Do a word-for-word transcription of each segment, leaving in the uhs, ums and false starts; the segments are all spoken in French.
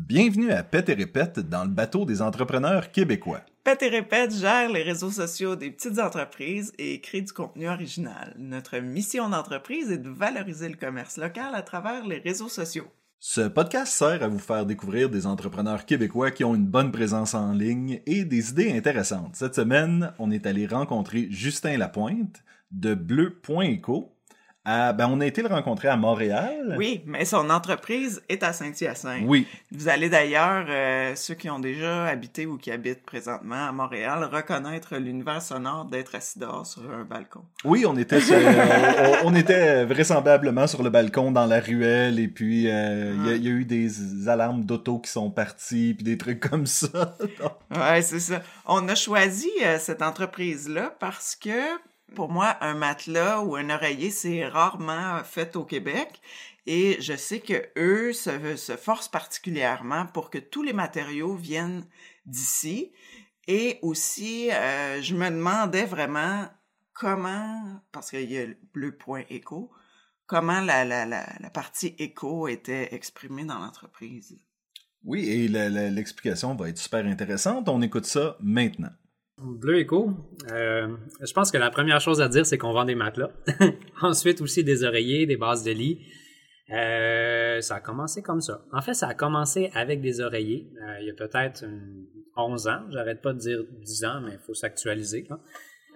Bienvenue à Pète et Répète dans le bateau des entrepreneurs québécois. Pète et Répète gère les réseaux sociaux des petites entreprises et crée du contenu original. Notre mission d'entreprise est de valoriser le commerce local à travers les réseaux sociaux. Ce podcast sert à vous faire découvrir des entrepreneurs québécois qui ont une bonne présence en ligne et des idées intéressantes. Cette semaine, on est allé rencontrer Justin Lapointe de bleu point éco. À, ben, on a été le rencontrer à Montréal. Oui, mais son entreprise est à Saint-Hyacinthe. Oui. Vous allez d'ailleurs, euh, ceux qui ont déjà habité ou qui habitent présentement à Montréal, reconnaître l'univers sonore d'être assis dehors sur un balcon. Oui, on était sur, euh, on, on était vraisemblablement sur le balcon dans la ruelle et puis il euh, hum. y, y a eu des alarmes d'auto qui sont parties puis des trucs comme ça. Ouais, c'est ça. On a choisi euh, cette entreprise-là parce que pour moi, un matelas ou un oreiller, c'est rarement fait au Québec. Et je sais que eux se, se forcent particulièrement pour que tous les matériaux viennent d'ici. Et aussi, euh, je me demandais vraiment comment, parce qu'il y a le bleu point éco, comment la, la, la, la partie éco était exprimée dans l'entreprise. Oui, et la, la, l'explication va être super intéressante. On écoute ça maintenant. Bleu éco, euh, je pense que la première chose à dire, c'est qu'on vend des matelas. Ensuite aussi des oreillers, des bases de lit. Euh, ça a commencé comme ça. En fait, ça a commencé avec des oreillers. Euh, il y a peut-être une, onze ans. J'arrête pas de dire dix ans, mais il faut s'actualiser. Là.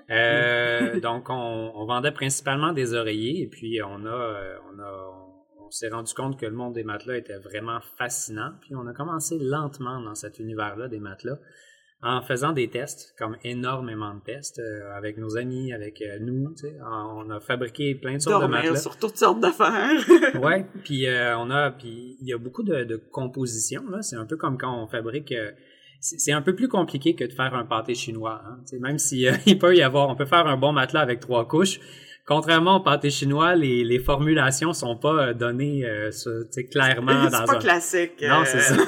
Euh, donc, on, on vendait principalement des oreillers. Et puis, on a, on a, on s'est rendu compte que le monde des matelas était vraiment fascinant. Puis, on a commencé lentement dans cet univers-là des matelas, en faisant des tests, comme énormément de tests, euh, avec nos amis, avec euh, nous, tu sais, on a fabriqué plein de sortes Dormir de matelas. Sur toutes sortes d'affaires. Ouais, puis euh, on a, puis il y a beaucoup de, de compositions là. C'est un peu comme quand on fabrique. Euh, c'est, c'est un peu plus compliqué que de faire un pâté chinois. Hein, tu sais, même si euh, il peut y avoir, on peut faire un bon matelas avec trois couches. Contrairement au pâté chinois, les, les formulations sont pas données euh, tu sais, clairement c'est dans pas un. classique. Non, euh... c'est ça.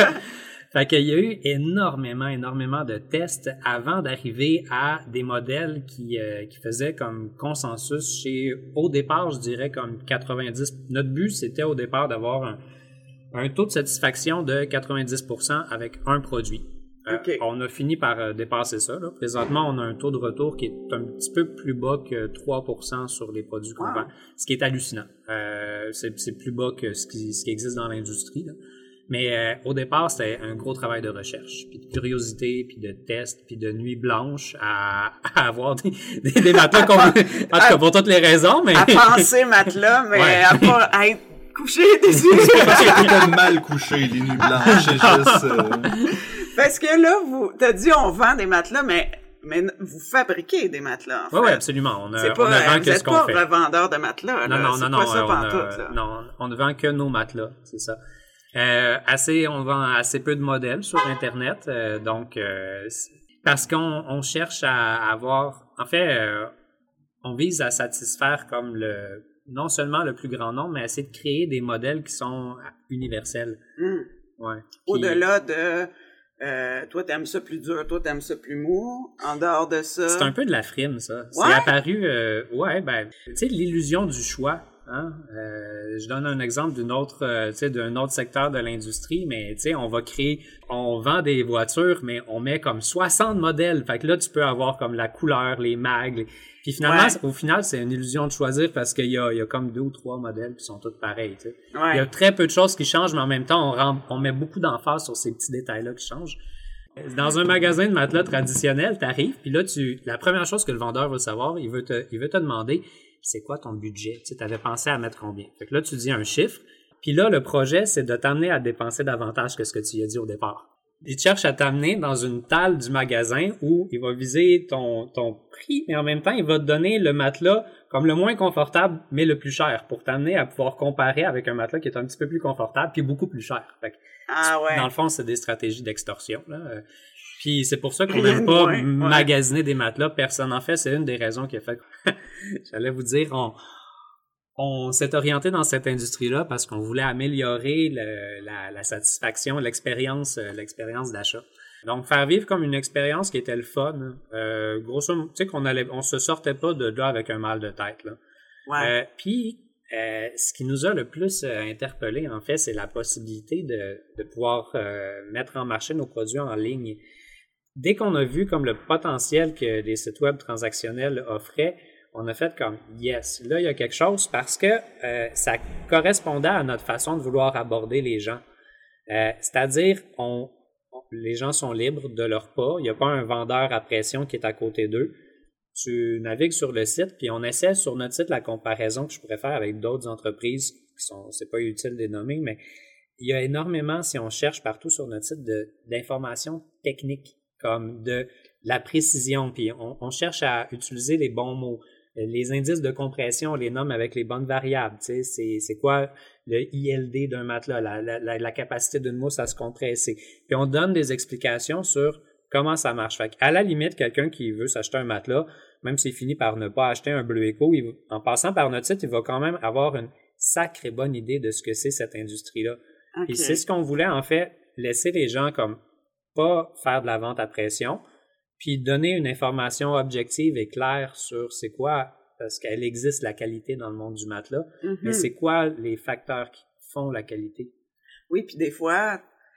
Fait qu'il y a eu énormément, énormément de tests avant d'arriver à des modèles qui, euh, qui faisaient comme consensus chez, au départ, je dirais comme quatre-vingt-dix. Notre but, c'était au départ d'avoir un, un taux de satisfaction de quatre-vingt-dix pour cent avec un produit. Euh, okay. On a fini par euh, dépasser ça. Là. Présentement, on a un taux de retour qui est un petit peu plus bas que trois pour cent sur les produits qu'on wow. vend, ce qui est hallucinant. Euh, c'est, c'est plus bas que ce qui, ce qui existe dans l'industrie, là. Mais euh, au départ, c'était un gros travail de recherche, puis de curiosité, puis de tests, puis de nuits blanches à, à avoir des, des, des matelas qu'on... En tout cas, pour toutes les raisons, mais... À penser matelas, mais ouais. à pas à être couché dessus. C'est parce que t'étais mal couché, les nuits blanches, c'est juste... Euh... Parce que là, vous t'as dit on vend des matelas, mais... Mais vous fabriquez des matelas, en fait. Oui, oui, absolument. On, a, c'est pas, on ne vend que ce qu'on fait. Vous n'êtes pas revendeur de matelas, non, là. Non, c'est non, pas non. ça on, pantoute, a, non, on ne vend que nos matelas, c'est ça. Euh, assez, on vend assez peu de modèles sur Internet, euh, donc euh, parce qu'on on cherche à avoir, en fait, euh, on vise à satisfaire comme le, non seulement le plus grand nombre, mais essayer de créer des modèles qui sont universels. Mmh. Ouais. Puis, au-delà de, euh, toi t'aimes ça plus dur, toi t'aimes ça plus mou, en dehors de ça. C'est un peu de la frime, ça. Ouais? C'est apparu, euh, ouais, ben, tu sais, l'illusion du choix. Hein? Euh, je donne un exemple d'une autre, euh, tu sais, d'un autre secteur de l'industrie, mais tu sais, on va créer, on vend des voitures, mais on met comme soixante modèles. Fait que là, tu peux avoir comme la couleur, les mags. Les... Puis finalement, ouais. au final, c'est une illusion de choisir parce qu'il y a, il y a comme deux ou trois modèles qui sont tous pareils. Tu sais. Ouais. Il y a très peu de choses qui changent, mais en même temps, on, rend, on met beaucoup d'emphase sur ces petits détails-là qui changent. Dans un magasin de matelas traditionnel, t'arrives, puis là, tu, la première chose que le vendeur veut savoir, il veut te, il veut te demander, c'est quoi ton budget? Tu sais, avais pensé à mettre combien? Fait que là, tu dis un chiffre. Puis là, le projet, c'est de t'amener à dépenser davantage que ce que tu y as dit au départ. Il cherche à t'amener dans une talle du magasin où il va viser ton, ton prix, mais en même temps, il va te donner le matelas comme le moins confortable, mais le plus cher, pour t'amener à pouvoir comparer avec un matelas qui est un petit peu plus confortable puis beaucoup plus cher. Fait que, ah ouais. Dans le fond, c'est des stratégies d'extorsion, là. Puis c'est pour ça qu'on n'aime pas ouais, magasiner ouais. des matelas. Personne en fait. C'est une des raisons qui a fait que, j'allais vous dire, on, on s'est orienté dans cette industrie-là parce qu'on voulait améliorer le, la, la satisfaction, l'expérience, l'expérience d'achat. Donc, faire vivre comme une expérience qui était le fun. Euh, grosso modo, tu sais qu'on allait, on se sortait pas de là avec un mal de tête, là. Ouais. Euh, puis, euh, ce qui nous a le plus euh, interpellé, en fait, c'est la possibilité de, de pouvoir euh, mettre en marché nos produits en ligne. Dès qu'on a vu comme le potentiel que des sites web transactionnels offraient, on a fait comme « yes ». Là, il y a quelque chose parce que euh, ça correspondait à notre façon de vouloir aborder les gens. Euh, c'est-à-dire, on, on, les gens sont libres de leur pas. Il n'y a pas un vendeur à pression qui est à côté d'eux. Tu navigues sur le site, puis on essaie sur notre site la comparaison que je pourrais faire avec d'autres entreprises qui sont, c'est pas utile de les nommer, mais il y a énormément, si on cherche partout sur notre site, de, d'informations techniques, comme de la précision, puis on, on cherche à utiliser les bons mots. Les indices de compression, on les nomme avec les bonnes variables. Tu sais, c'est, c'est quoi le I L D d'un matelas, la, la, la capacité d'une mousse à se compresser. Puis on donne des explications sur comment ça marche. Fait à la limite, quelqu'un qui veut s'acheter un matelas, même s'il finit par ne pas acheter un Bleu Éco, il, en passant par notre site, il va quand même avoir une sacrée bonne idée de ce que c'est cette industrie-là. Okay. Puis c'est ce qu'on voulait, en fait, laisser les gens comme pas faire de la vente à pression, puis donner une information objective et claire sur c'est quoi, parce qu'elle existe la qualité dans le monde du matelas, mm-hmm. mais c'est quoi les facteurs qui font la qualité. Oui, puis des fois,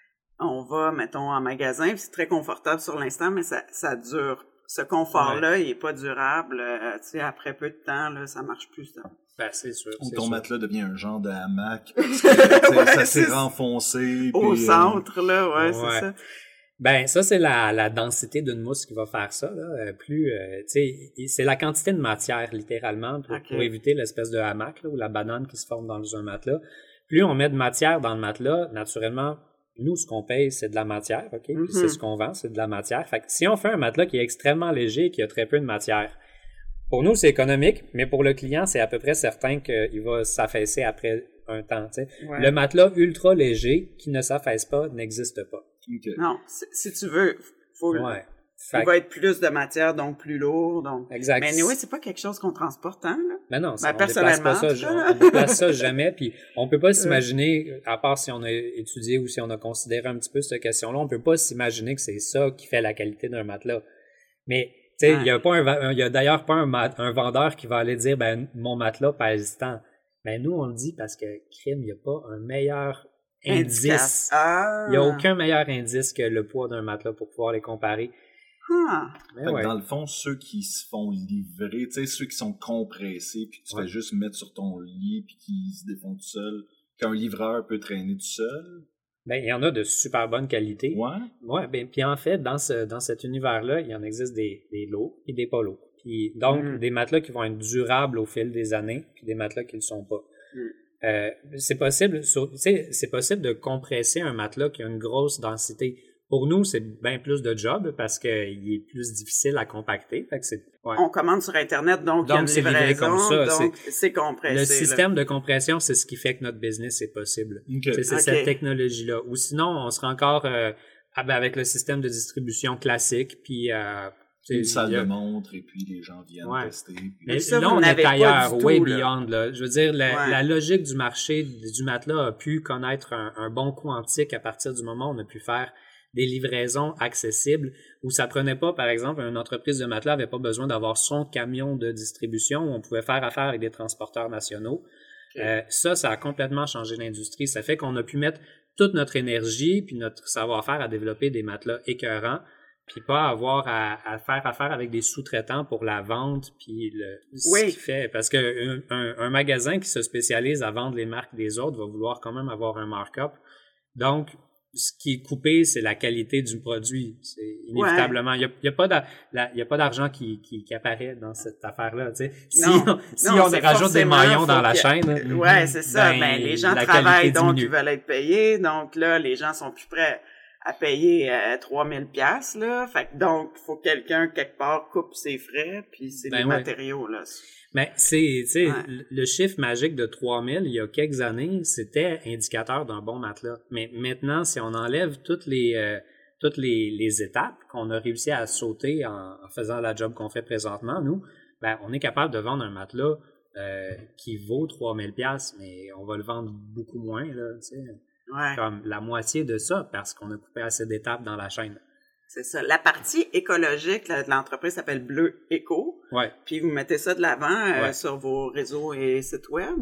on va, mettons, en magasin, puis c'est très confortable sur l'instant, mais ça, ça dure. Ce confort-là, ouais. il n'est pas durable. Euh, tu sais, après peu de temps, là, ça marche plus. Ça. Ben, c'est sûr. Ou c'est ton sûr. matelas devient un genre de hamac, parce que ouais, ça s'est renfoncé. Au puis, centre, là, ouais, ouais. c'est ça. Ben ça, c'est la, la densité d'une mousse qui va faire ça. Là. Plus, euh, tu sais, c'est la quantité de matière, littéralement, pour, okay. pour éviter l'espèce de hamac là, ou la banane qui se forme dans un matelas. Plus on met de matière dans le matelas, naturellement, nous, ce qu'on paye, c'est de la matière, OK? Mm-hmm. Puis c'est ce qu'on vend, c'est de la matière. Fait que si on fait un matelas qui est extrêmement léger et qui a très peu de matière, pour nous, c'est économique, mais pour le client, c'est à peu près certain qu'il va s'affaisser après un temps. Tu sais. Ouais. Le matelas ultra léger qui ne s'affaisse pas n'existe pas. Okay. Non, si, si tu veux, faut ouais. il va être plus de matière, donc plus lourd. Donc... Exact. Mais anyway, c'est pas quelque chose qu'on transporte, hein, là? Ben non, ben, on déplace pas ça, on, on déplace ça jamais, puis on peut pas s'imaginer, à part si on a étudié ou si on a considéré un petit peu cette question-là, on peut pas s'imaginer que c'est ça qui fait la qualité d'un matelas. Mais, tu sais, il ouais. y a pas un, il y a d'ailleurs pas un, un vendeur qui va aller dire, ben, mon matelas pèse tant. Ben, nous, on le dit parce que, crime, il y a pas un meilleur indice. Ah. Il n'y a aucun meilleur indice que le poids d'un matelas pour pouvoir les comparer. Ah. Fait ouais. que dans le fond, ceux qui se font livrer, tu sais, ceux qui sont compressés, puis que tu ouais. fais juste mettre sur ton lit, puis qui se défont tout seul, qu'un livreur peut traîner tout seul. Ben, il y en a de super bonne qualité. Ouais. Ouais, ben, puis en fait, dans ce, dans cet univers-là, il y en existe des, des lots et des pas lots. Puis donc, mm. des matelas qui vont être durables au fil des années, puis des matelas qui ne le sont pas. Mm. Euh, c'est possible, sur, c'est possible de compresser un matelas qui a une grosse densité. Pour nous, c'est bien plus de job parce qu'il est plus difficile à compacter. Fait que c'est, ouais. On commande sur Internet, donc, donc il y a une livraison, comme ça. Donc c'est, c'est compressé. Le système là. de compression, c'est ce qui fait que notre business est possible. Okay. C'est, c'est okay. cette technologie-là. Ou sinon, on sera encore euh, avec le système de distribution classique, puis... Euh, une salle a... de montre, et puis les gens viennent ouais. tester. Puis... Mais ça, là, on est ailleurs, way tout, beyond. Là. Je veux dire, la, ouais. la logique du marché du matelas a pu connaître un, un bon quantique à partir du moment où on a pu faire des livraisons accessibles, où ça prenait pas, par exemple, une entreprise de matelas n'avait pas besoin d'avoir son camion de distribution, où on pouvait faire affaire avec des transporteurs nationaux. Okay. Euh, ça, ça a complètement changé l'industrie. Ça fait qu'on a pu mettre toute notre énergie puis notre savoir-faire à développer des matelas écœurants, puis pas avoir à, à faire affaire avec des sous-traitants pour la vente, puis le oui. ce qui fait. Parce que un, un, un magasin qui se spécialise à vendre les marques des autres va vouloir quand même avoir un markup. Donc, ce qui est coupé, c'est la qualité du produit. C'est inévitablement. Il ouais. n'y a, a, a, a pas d'argent qui, qui, qui apparaît dans cette affaire-là. Tu sais. Si non, on, si non, on rajoute des maillons dans la chaîne... Oui, c'est ça. Ben, ben, les gens travaillent, donc ils veulent être payés. Donc là, les gens sont plus prêts à payer euh, trois mille piastres, là. Fait que donc, il faut que quelqu'un, quelque part, coupe ses frais, puis c'est ben les ouais. matériaux, là. Mais c'est, tu sais, ouais. le chiffre magique de trois mille, il y a quelques années, c'était indicateur d'un bon matelas. Mais maintenant, si on enlève toutes les euh, toutes les, les étapes qu'on a réussi à sauter en, en faisant la job qu'on fait présentement, nous, ben, on est capable de vendre un matelas euh, qui vaut trois mille piastres, mais on va le vendre beaucoup moins, là, tu sais. Ouais. Comme la moitié de ça, parce qu'on a coupé assez d'étapes dans la chaîne. C'est ça. La partie écologique là, de l'entreprise s'appelle Bleu Éco. Ouais. Puis vous mettez ça de l'avant euh, ouais. sur vos réseaux et sites web.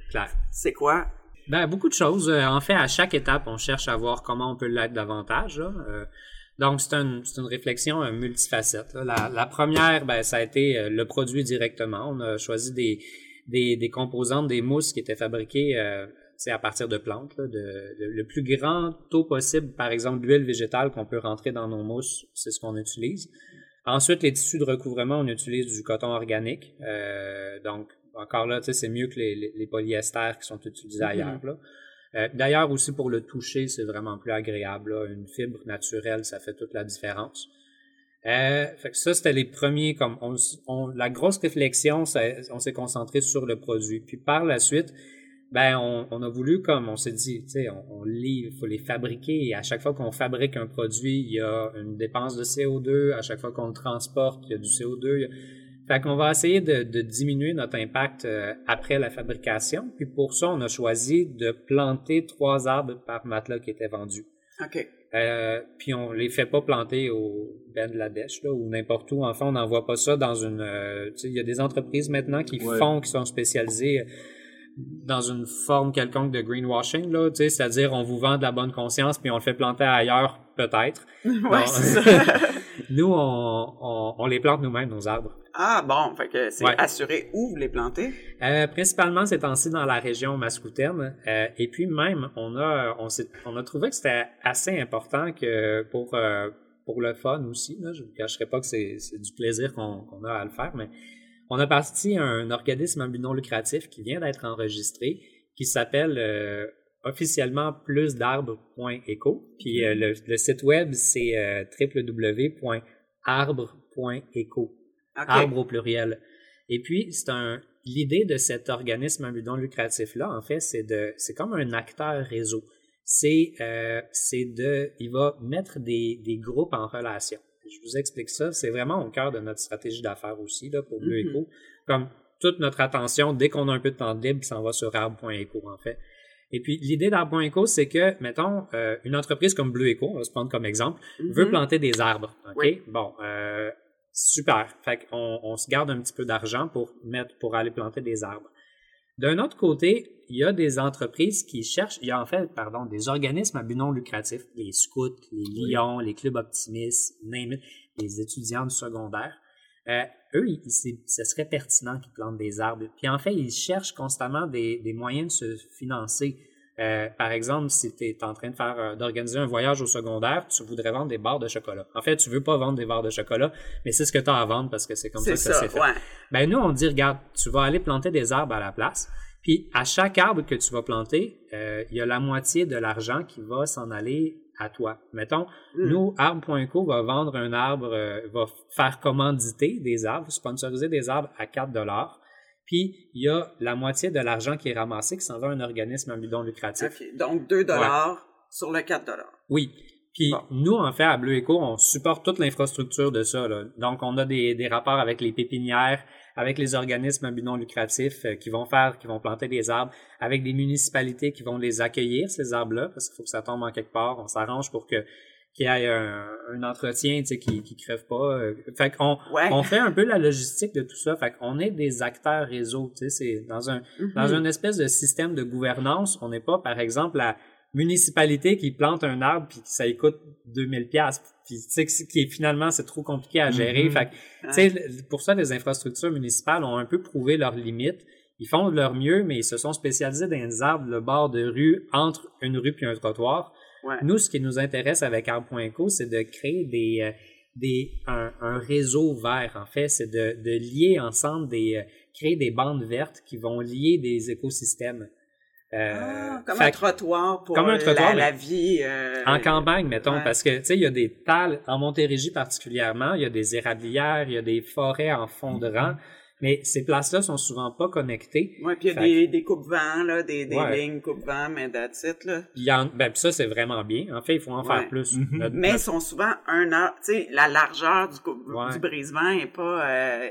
clair. C'est quoi? Ben, beaucoup de choses. En fait, à chaque étape, on cherche à voir comment on peut l'être davantage. Là. Euh, donc, c'est, un, c'est une réflexion euh, multifacette. Là. La, la première, ben, ça a été euh, le produit directement. On a choisi des, des, des composantes, des mousses qui étaient fabriquées euh, à partir de plantes. Là, de, de, le plus grand taux possible, par exemple, d'huile végétale qu'on peut rentrer dans nos mousses, c'est ce qu'on utilise. Ensuite, les tissus de recouvrement, on utilise du coton organique. Euh, donc, encore là, tu sais, c'est mieux que les, les, les polyesters qui sont utilisés mm-hmm. ailleurs. Là. Euh, d'ailleurs, aussi pour le toucher, c'est vraiment plus agréable. Là. Une fibre naturelle, ça fait toute la différence. Euh, fait que ça, c'était les premiers. Comme on, on, la grosse réflexion, ça, on s'est concentré sur le produit. Puis par la suite, ben on, on a voulu, comme on s'est dit, tu sais, on, on lit, il faut les fabriquer. Et à chaque fois qu'on fabrique un produit, il y a une dépense de C O deux. À chaque fois qu'on le transporte, il y a du C O deux. Il y a... Fait qu'on va essayer de, de diminuer notre impact euh, après la fabrication. Puis pour ça, on a choisi de planter trois arbres par matelas qui étaient vendus. OK. Euh, puis on les fait pas planter au Bangladesh là, ou n'importe où. Enfin, on n'envoie pas ça dans une... Euh, tu sais, il y a des entreprises maintenant qui ouais. font, qui sont spécialisées dans une forme quelconque de greenwashing, là, tu sais, c'est-à-dire on vous vend de la bonne conscience puis on le fait planter ailleurs, peut-être. Ouais, c'est ça. Nous, on, on, on les plante nous-mêmes, nos arbres. Ah bon, fait que c'est ouais. assuré où vous les plantez? Euh, principalement ces temps-ci dans la région mascoutaine. Euh, et puis même, on a on, s'est, on a trouvé que c'était assez important que pour euh, pour le fun aussi, là, je ne vous cacherai pas que c'est, c'est du plaisir qu'on, qu'on a à le faire, mais on a parti un organisme à but non lucratif qui vient d'être enregistré, qui s'appelle euh, officiellement plus d'arbres point éco. Puis euh, le, le site web, c'est euh, w w w point arbre point éco. Okay. Arbre au pluriel. Et puis, c'est un l'idée de cet organisme à but non lucratif-là, en fait, c'est de c'est comme un acteur réseau. C'est euh, c'est de il va mettre des, des groupes en relation. Je vous explique ça. C'est vraiment au cœur de notre stratégie d'affaires aussi, là, pour Bleu mm-hmm. Éco. Comme toute notre attention, dès qu'on a un peu de temps libre, ça va sur arbre point éco, en fait. Et puis, l'idée d'arbre point éco, c'est que, mettons, euh, une entreprise comme Bleu Éco, on va se prendre comme exemple, mm-hmm. veut planter des arbres. OK? Oui. Bon, euh, super. Fait qu'on on se garde un petit peu d'argent pour mettre, pour aller planter des arbres. D'un autre côté, il y a des entreprises qui cherchent, il y a en fait, pardon, des organismes à but non lucratif, les scouts, les lions, oui. les clubs optimistes, name it, les étudiants du secondaire. Euh, eux, ils, c'est, ce serait pertinent qu'ils plantent des arbres. Puis en fait, ils cherchent constamment des, des moyens de se financer. Euh, par exemple, si tu es en train de faire euh, d'organiser un voyage au secondaire, tu voudrais vendre des barres de chocolat. En fait, tu veux pas vendre des barres de chocolat, mais c'est ce que tu as à vendre parce que c'est comme c'est ça que ça, ça s'est fait. Ouais. Ben nous, on dit, regarde, tu vas aller planter des arbres à la place, puis à chaque arbre que tu vas planter, euh, il y a la moitié de l'argent qui va s'en aller à toi. Mettons, mm. nous, arbre point éco va vendre un arbre, euh, va faire commanditer des arbres, sponsoriser des arbres à quatre dollars. Puis, il y a la moitié de l'argent qui est ramassé qui s'en va à un organisme à but non lucratif. Okay. Donc, deux dollars ouais. sur le quatre dollars. Oui. Puis, bon. nous, en fait, à Bleu Éco, on supporte toute l'infrastructure de ça. Là. Donc, on a des, des rapports avec les pépinières, avec les organismes à but non lucratif euh, qui vont faire, qui vont planter des arbres, avec des municipalités qui vont les accueillir, ces arbres-là, parce qu'il faut que ça tombe en quelque part. On s'arrange pour que qu'il y ait un, un entretien, tu sais, qui, qui crève pas. Fait qu'on ouais. on fait un peu la logistique de tout ça. Fait qu'on est des acteurs réseau, tu sais, c'est dans un, mm-hmm. dans une espèce de système de gouvernance. On n'est pas, par exemple, la municipalité qui plante un arbre puis ça lui coûte deux mille piastres. Puis, tu sais, qui finalement, c'est trop compliqué à gérer. Mm-hmm. Fait que, tu sais, pour ça, les infrastructures municipales ont un peu prouvé leurs limites. Ils font de leur mieux, mais ils se sont spécialisés dans les arbres, le bord de rue, entre une rue puis un trottoir. Ouais. Nous, ce qui nous intéresse avec arbre point éco, c'est de créer des, euh, des, un, un réseau vert, en fait. C'est de, de lier ensemble, des, euh, créer des bandes vertes qui vont lier des écosystèmes. Euh, ah, comme un trottoir pour comme un trottoir, la, la vie. Euh, en campagne, mettons, ouais. parce que, tu sais, il y a des tales, en Montérégie particulièrement, il y a des érablières, il y a des forêts en fond de rang. Mais ces places-là sont souvent pas connectées. Oui, puis il y a des, que... des coupes-vents, là, des, des ouais. lignes coupes-vents, mais that's it, là. Il y en, ben, ça, c'est vraiment bien. En fait, il faut en ouais. faire plus. Mm-hmm. Notre, mais notre... ils sont souvent un heure, tu sais, la largeur du, coupe, ouais. du brise-vent est pas, euh, est,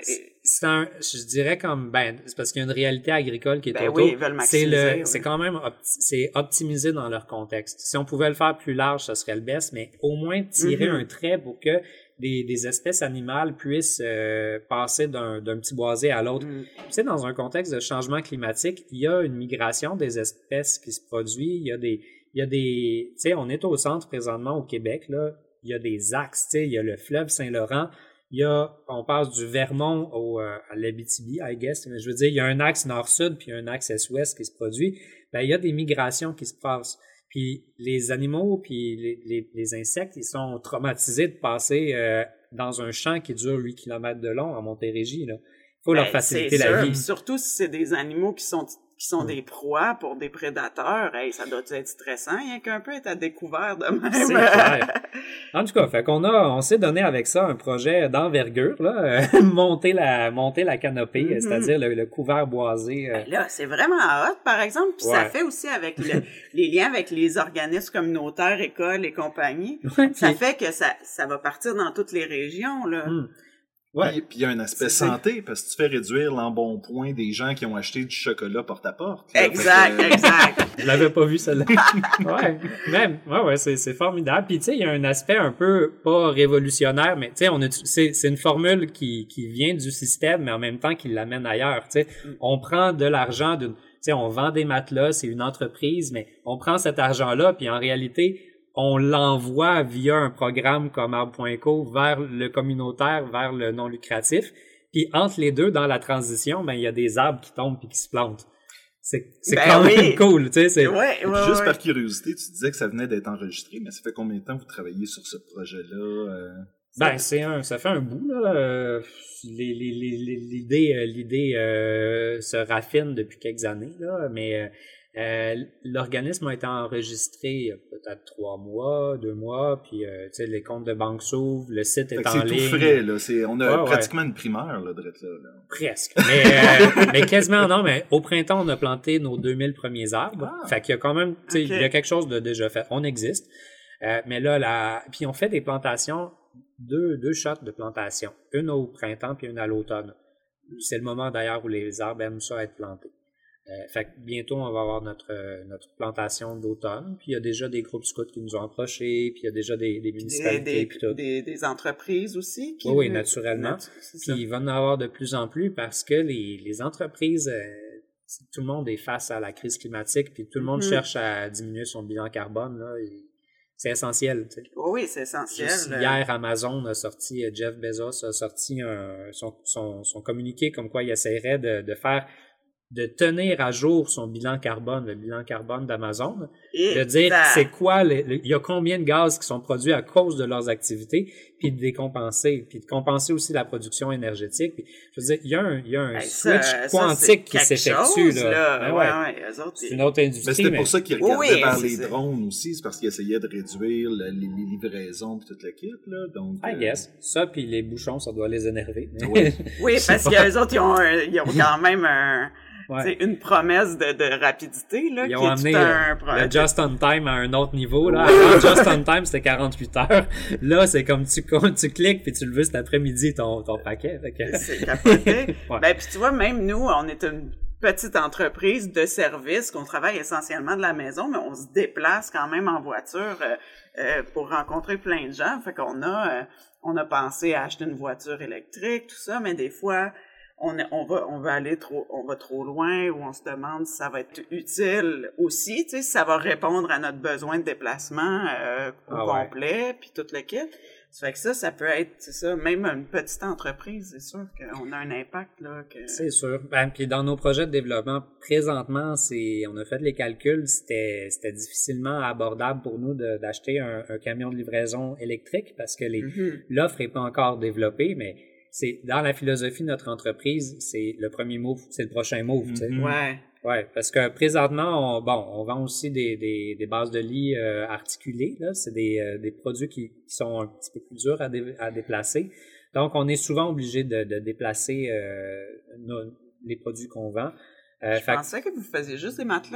c'est un, je dirais comme, ben, c'est parce qu'il y a une réalité agricole qui est ben autour. Oui, ils veulent maximiser. C'est le, oui. c'est quand même, opti- c'est optimisé dans leur contexte. Si on pouvait le faire plus large, ça serait le best, mais au moins tirer mm-hmm. un trait pour que des, des espèces animales puissent euh, passer d'un, d'un petit boisé à l'autre. Mm. Tu sais, dans un contexte de changement climatique, il y a une migration des espèces qui se produit. Il y a des, il y a des, tu sais, on est au centre présentement au Québec, là. Il y a des axes, tu sais, il y a le fleuve Saint-Laurent. Il y a, on passe du Vermont au, euh, à l'Abitibi, I guess, mais je veux dire, il y a un axe nord-sud puis un axe est-ouest qui se produit. Ben, il y a des migrations qui se passent. Puis les animaux puis les, les, les insectes, ils sont traumatisés de passer euh, dans un champ qui dure huit kilomètres de long en Montérégie, là. Il faut ben, leur faciliter la vie. Surtout si c'est des animaux qui sont qui sont des proies pour des prédateurs, hey, ça doit être stressant, rien qu'un peu être à découvert de même. C'est clair. En tout cas, fait qu'on a, on s'est donné avec ça un projet d'envergure, là, euh, monter la, monter la canopée, mm-hmm. c'est-à-dire le, le couvert boisé. Euh... Ben là, c'est vraiment hot, par exemple, puis ouais. ça fait aussi avec le, les liens avec les organismes communautaires, écoles et compagnie. Ouais, ça puis... fait que ça, ça va partir dans toutes les régions, là. Mm. Ouais. Puis il y a un aspect c'est santé, ça. Parce que tu fais réduire l'embonpoint des gens qui ont acheté du chocolat porte-à-porte. Là, exact, que... exact. Je l'avais pas vu, celle-là. ouais, même, ouais, ouais, c'est, c'est formidable. Puis tu sais, il y a un aspect un peu, pas révolutionnaire, mais tu sais, on a, c'est, c'est une formule qui, qui vient du système, mais en même temps qui l'amène ailleurs. Tu sais, on prend de l'argent d'une, tu sais, on vend des matelas, c'est une entreprise, mais on prend cet argent-là, puis en réalité, on l'envoie via un programme comme arbre point co vers le communautaire, vers le non lucratif. Puis entre les deux, dans la transition, ben il y a des arbres qui tombent puis qui se plantent. C'est, c'est ben quand oui. même cool, tu sais. C'est... Ouais, ouais, Juste ouais. par curiosité, tu disais que ça venait d'être enregistré, mais ça fait combien de temps que vous travaillez sur ce projet-là? Euh... Ben c'est un, ça fait un bout là. Euh, les, les, les, l'idée, euh, l'idée euh, se raffine depuis quelques années là, mais euh, Euh, l'organisme a été enregistré il y a peut-être trois mois, deux mois, puis euh, tu sais, les comptes de banque s'ouvrent, le site est en c'est ligne. C'est tout frais, là. C'est, on a ouais, pratiquement ouais. une primaire, là, de là, là. Presque. Mais, euh, mais quasiment non, mais au printemps, on a planté nos deux mille premiers arbres. Ah, fait qu'il y a quand même, tu sais, okay. il y a quelque chose de déjà fait. On existe. Euh, mais là, la... puis on fait des plantations, deux, deux shots de plantation. Une au printemps puis une à l'automne. C'est le moment d'ailleurs où les arbres aiment ça être plantés. Euh, fait que bientôt, on va avoir notre euh, notre plantation d'automne. Puis il y a déjà des groupes scouts qui nous ont approchés, puis il y a déjà des, des municipalités. Des, des, puis tout. Des, des entreprises aussi. Qui oui, oui, naturellement. Natu- puis il va en avoir de plus en plus parce que les, les entreprises, euh, tout le monde est face à la crise climatique, puis tout le monde mm-hmm. cherche à diminuer son bilan carbone. Là, et c'est essentiel. Tu sais. Oui, c'est essentiel. Juste hier, Amazon a sorti, Jeff Bezos a sorti un, son, son, son communiqué comme quoi il essaierait de, de faire de tenir à jour son bilan carbone, le bilan carbone d'Amazon, et de dire ça... c'est quoi, les, les, il y a combien de gaz qui sont produits à cause de leurs activités, puis de les compenser, puis de compenser aussi la production énergétique. Puis, je veux dire, il y a un, il y a un hey, switch ça, quantique ça, qui s'effectue. Là. là. Ben ouais, ouais. Ouais, eux autres, c'est une autre industrie. Mais c'était mais... pour ça qu'ils regardaient oui, vers c'est les ça. drones aussi, c'est parce qu'ils essayaient de réduire la, les, les livraisons et toute l'équipe. Là. Donc, I euh... guess. Ça, puis les bouchons, ça doit les énerver. Oui, oui parce qu'eux autres, ils ont, un, ils ont quand même un... Ouais. C'est une promesse de, de rapidité, là, Ils qui ont est amené tout un le, le just on time à un autre niveau, là. Avant, just on time, c'était quarante-huit heures. Là, c'est comme tu, tu cliques puis tu le veux cet après-midi, ton, ton paquet. Fait que... C'est capoté. ouais. Ben, puis tu vois, même nous, on est une petite entreprise de service, qu'on travaille essentiellement de la maison, mais on se déplace quand même en voiture euh, euh, pour rencontrer plein de gens. Fait qu'on a, euh, on a pensé à acheter une voiture électrique, tout ça, mais des fois... On, on va on va aller trop on va trop loin ou on se demande si ça va être utile aussi, tu sais, si ça va répondre à notre besoin de déplacement euh, au ah complet, ouais. Puis tout le kit. Ça fait que ça, ça peut être, c'est ça, même une petite entreprise, c'est sûr qu'on a un impact là. Que... C'est sûr. Ben, puis dans nos projets de développement, présentement, c'est, on a fait les calculs, c'était, c'était difficilement abordable pour nous de, d'acheter un, un camion de livraison électrique parce que les, mm-hmm. l'offre est pas encore développée, mais c'est dans la philosophie de notre entreprise, c'est le premier move, c'est le prochain move. Mm-hmm. Tu sais. Ouais. Ouais, parce que présentement, on, bon, on vend aussi des des, des bases de lit euh, articulées. Là, c'est des euh, des produits qui, qui sont un petit peu plus durs à, dé, à déplacer. Donc, on est souvent obligé de, de déplacer euh, nos, les produits qu'on vend. Euh, Je pensais que vous faisiez juste des matelas.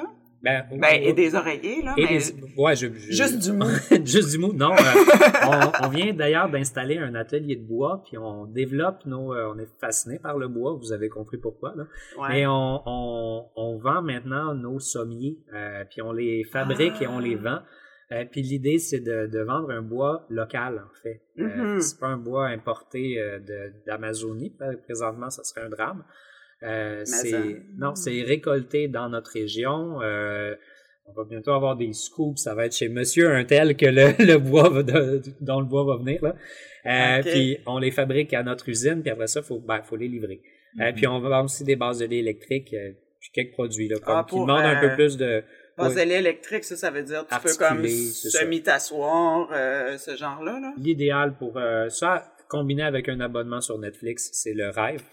Ben, ben et des oreillers, là. Et mais... des, ouais, je, je, juste du mou. Juste du mou, non. Euh, on, on vient d'ailleurs d'installer un atelier de bois, puis on développe nos... Euh, on est fasciné par le bois, vous avez compris pourquoi, là. Ouais. Mais on, on, on vend maintenant nos sommiers, euh, puis on les fabrique ah. et on les vend. Euh, puis l'idée, c'est de, de vendre un bois local, en fait. Euh, mm-hmm. C'est pas un bois importé euh, de, d'Amazonie. Présentement, ça serait un drame. Euh, c'est non, c'est récolté dans notre région. Euh, on va bientôt avoir des scoops. Ça va être chez Monsieur un tel que le, le bois va de, dont le bois va venir là. Euh, okay. Puis on les fabrique à notre usine. Puis après ça, faut ben faut les livrer. Mm-hmm. Euh, puis on vend aussi des bases de lait électrique. Euh, puis quelques produits là, comme, ah, pour, qui demandent euh, un peu plus de base ouais, de lait électrique. Ça, ça veut dire tu peux comme semi-t'asseoir euh, ce genre-là. Là. L'idéal pour euh, ça, combiné avec un abonnement sur Netflix, c'est le rêve.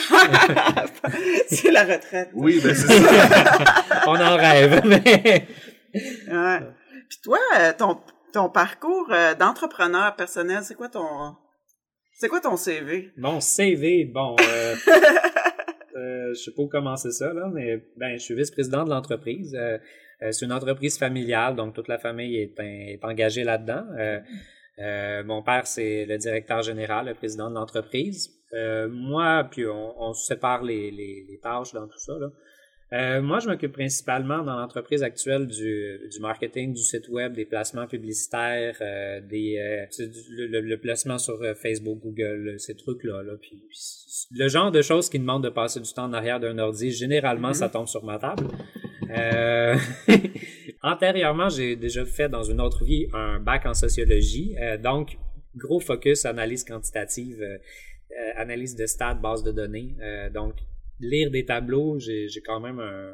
C'est la retraite. Oui, ben c'est ça. On en rêve. Mais... ouais. Puis toi, ton, ton parcours d'entrepreneur personnel, c'est quoi ton c'est quoi ton C V? Mon C V, bon, euh, euh, je sais pas où commencer ça là, mais ben je suis vice-président de l'entreprise. Euh, euh, c'est une entreprise familiale, donc toute la famille est, est engagée là-dedans. Euh, euh, mon père c'est le directeur général, le président de l'entreprise. Euh, moi, puis on, on se sépare les, les, les tâches dans tout ça, là. Euh, moi, je m'occupe principalement dans l'entreprise actuelle du, du marketing, du site web, des placements publicitaires, euh, des euh, le, le placement sur Facebook, Google, ces trucs-là. Là. Puis, puis, le genre de choses qui demandent de passer du temps en arrière d'un ordi, généralement, mm-hmm. ça tombe sur ma table. Euh... Antérieurement, j'ai déjà fait dans une autre vie un bac en sociologie. Euh, donc, gros focus, analyse quantitative, euh, Euh, analyse de stats, base de données. Euh, donc, lire des tableaux, j'ai, j'ai quand même un...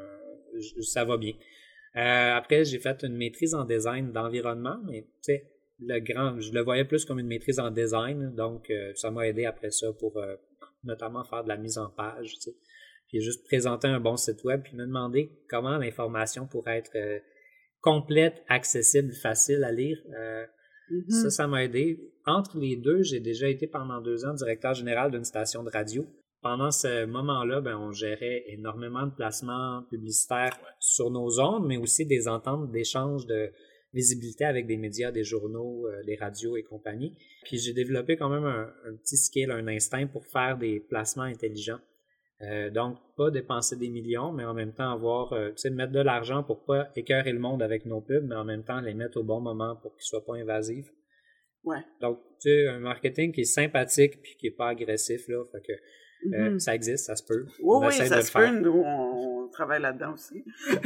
ça va bien. Euh, après, j'ai fait une maîtrise en design d'environnement, mais tu sais, le grand, je le voyais plus comme une maîtrise en design, donc euh, ça m'a aidé après ça pour euh, notamment faire de la mise en page, tu sais. Puis juste présenter un bon site web, puis me demander comment l'information pourrait être euh, complète, accessible, facile à lire. Euh, Mm-hmm. Ça, ça m'a aidé. Entre les deux, j'ai déjà été pendant deux ans directeur général d'une station de radio. Pendant ce moment-là, ben, on gérait énormément de placements publicitaires ouais. sur nos ondes, mais aussi des ententes d'échange de visibilité avec des médias, des journaux, euh, des radios et compagnie. Puis j'ai développé quand même un, un petit skill, un instinct pour faire des placements intelligents. Euh, donc, pas dépenser des millions, mais en même temps avoir, euh, tu sais, mettre de l'argent pour pas écœurer le monde avec nos pubs, mais en même temps les mettre au bon moment pour qu'ils soient pas invasifs. Ouais. Donc, tu sais, un marketing qui est sympathique puis qui est pas agressif, là, fait que euh, mm-hmm. ça existe, ça se peut. Oui, oui, ça se peut, nous, on, on travaille là-dedans aussi.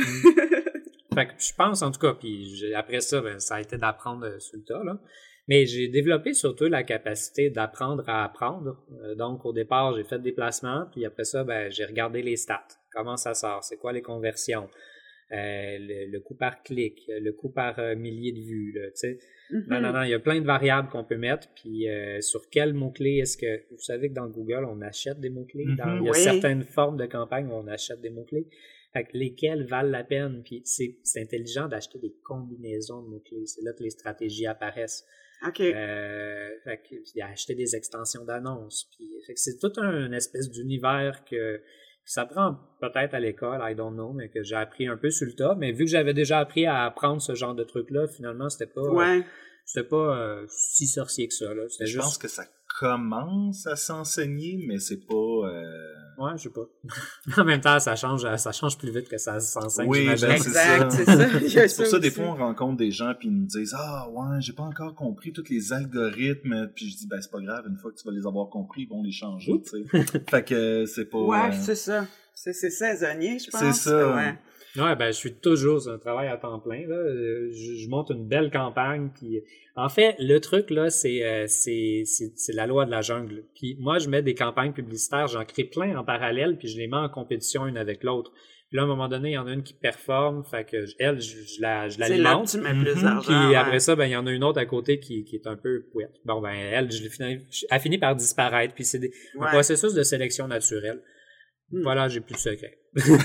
Fait que je pense, en tout cas, puis après ça, ben, ça a été d'apprendre sur le tas, là. Mais j'ai développé surtout la capacité d'apprendre à apprendre. Euh, donc, au départ, j'ai fait des placements, puis après ça, ben, j'ai regardé les stats. Comment ça sort? C'est quoi les conversions? Euh, le, le coût par clic, le coût par euh, millier de vues, là, tu sais. Mm-hmm. Non, non, non, il y a plein de variables qu'on peut mettre, puis euh, sur quels mots-clés est-ce que... Vous savez que dans Google, on achète des mots-clés. Mm-hmm, dans, il y a oui. certaines formes de campagnes où on achète des mots-clés. Fait que lesquels valent la peine, puis c'est, c'est intelligent d'acheter des combinaisons de mots-clés. C'est là que les stratégies apparaissent. OK. Euh, fait que, puis acheter des extensions d'annonces. Puis, fait que c'est tout un une espèce d'univers que, que ça prend peut-être à l'école, I don't know, mais que j'ai appris un peu sur le tas. Mais vu que j'avais déjà appris à apprendre ce genre de trucs-là, finalement, c'était pas, ouais. euh, c'était pas euh, si sorcier que ça. Là. C'était Je juste... pense que ça commence à s'enseigner, mais c'est pas... Euh... Ouais, je sais pas. En même temps, ça change, ça change plus vite que ça s'enseigne. Oui, ben, c'est exact, ça. c'est ça. C'est pour ça, des fois, on rencontre des gens puis ils nous disent « Ah, ouais, j'ai pas encore compris tous les algorithmes. » Puis je dis « Ben, c'est pas grave, une fois que tu vas les avoir compris, ils vont les changer, tu sais. » Fait que c'est pas... Ouais, euh... c'est ça. C'est, c'est saisonnier, je pense. C'est ça. Ouais. Ouais, ben je suis toujours sur un travail à temps plein là. Je, je monte une belle campagne puis en fait le truc là c'est euh, c'est c'est c'est la loi de la jungle. Puis moi je mets des campagnes publicitaires, j'en crée plein en parallèle puis je les mets en compétition une avec l'autre. Puis là à un moment donné il y en a une qui performe, fait que elle je, je la je l'alimente. C'est là que tu mets plus d'argent. Puis ouais. après ça ben il y en a une autre à côté qui qui est un peu ouais. Bon ben elle je l'ai fini a fini par disparaître puis c'est des, ouais. un processus de sélection naturelle. Mm. Voilà, j'ai plus de secret.